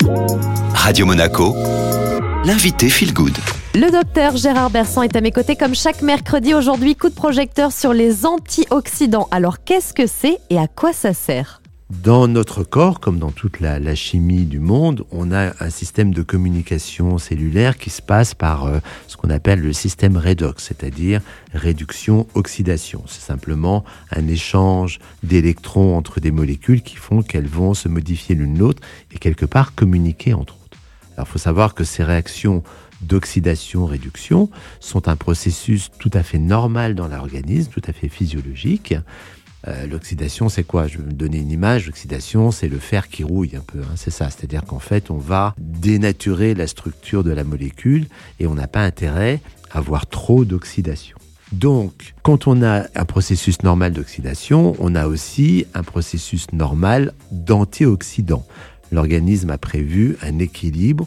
Radio Monaco, l'invité Feel Good. Le docteur Gérard Bersan est à mes côtés comme chaque mercredi. Aujourd'hui, coup de projecteur sur les antioxydants. Alors, qu'est-ce que c'est et à quoi ça sert ? Dans notre corps, comme dans toute la chimie du monde, on a un système de communication cellulaire qui se passe par ce qu'on appelle le système redox, c'est-à-dire réduction-oxydation. C'est simplement un échange d'électrons entre des molécules qui font qu'elles vont se modifier l'une l'autre et quelque part communiquer entre autres. Alors, il faut savoir que ces réactions d'oxydation-réduction sont un processus tout à fait normal dans l'organisme, tout à fait physiologique. L'oxydation, c'est quoi ? Je vais me donner une image. L'oxydation, c'est le fer qui rouille un peu. C'est ça. C'est-à-dire qu'en fait, on va dénaturer la structure de la molécule et on n'a pas intérêt à avoir trop d'oxydation. Donc, quand on a un processus normal d'oxydation, on a aussi un processus normal d'antioxydants. L'organisme a prévu un équilibre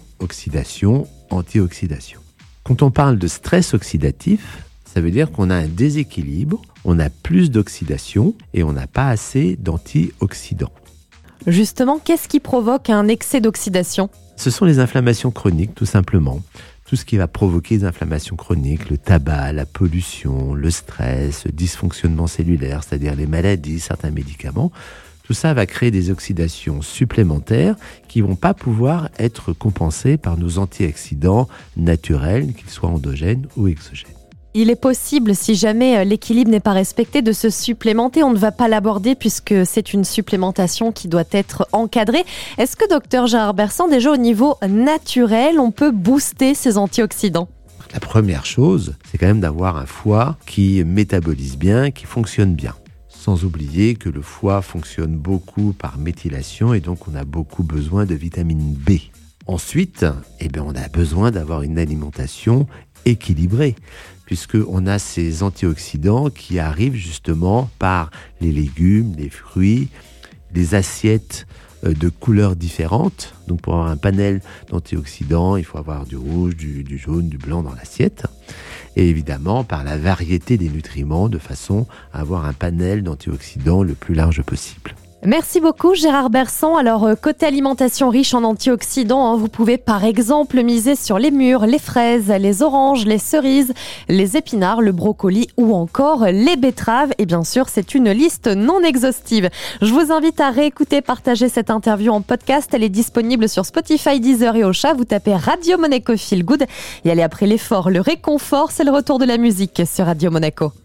oxydation-antioxydation. Quand on parle de stress oxydatif, ça veut dire qu'on a un déséquilibre, on a plus d'oxydation et on n'a pas assez d'antioxydants. Justement, qu'est-ce qui provoque un excès d'oxydation ? Ce sont les inflammations chroniques, tout simplement. Tout ce qui va provoquer des inflammations chroniques, le tabac, la pollution, le stress, le dysfonctionnement cellulaire, c'est-à-dire les maladies, certains médicaments, tout ça va créer des oxydations supplémentaires qui ne vont pas pouvoir être compensées par nos antioxydants naturels, qu'ils soient endogènes ou exogènes. Il est possible, si jamais l'équilibre n'est pas respecté, de se supplémenter. On ne va pas l'aborder puisque c'est une supplémentation qui doit être encadrée. Est-ce que, docteur Gérard Bersan, déjà au niveau naturel, on peut booster ces antioxydants ? La première chose, c'est quand même d'avoir un foie qui métabolise bien, qui fonctionne bien. Sans oublier que le foie fonctionne beaucoup par méthylation et donc on a beaucoup besoin de vitamine B. Ensuite, on a besoin d'avoir une alimentation équilibrée, puisqu'on a ces antioxydants qui arrivent justement par les légumes, les fruits, les assiettes de couleurs différentes. Donc pour avoir un panel d'antioxydants, il faut avoir du rouge, du jaune, du blanc dans l'assiette. Et évidemment par la variété des nutriments, de façon à avoir un panel d'antioxydants le plus large possible. Merci beaucoup Gérard Bersan. Alors côté alimentation riche en antioxydants, vous pouvez par exemple miser sur les mûres, les fraises, les oranges, les cerises, les épinards, le brocoli ou encore les betteraves. Et bien sûr, c'est une liste non exhaustive. Je vous invite à réécouter, partager cette interview en podcast. Elle est disponible sur Spotify, Deezer et Ocha. Vous tapez Radio Monaco Feel Good et allez après l'effort, le réconfort, c'est le retour de la musique sur Radio Monaco.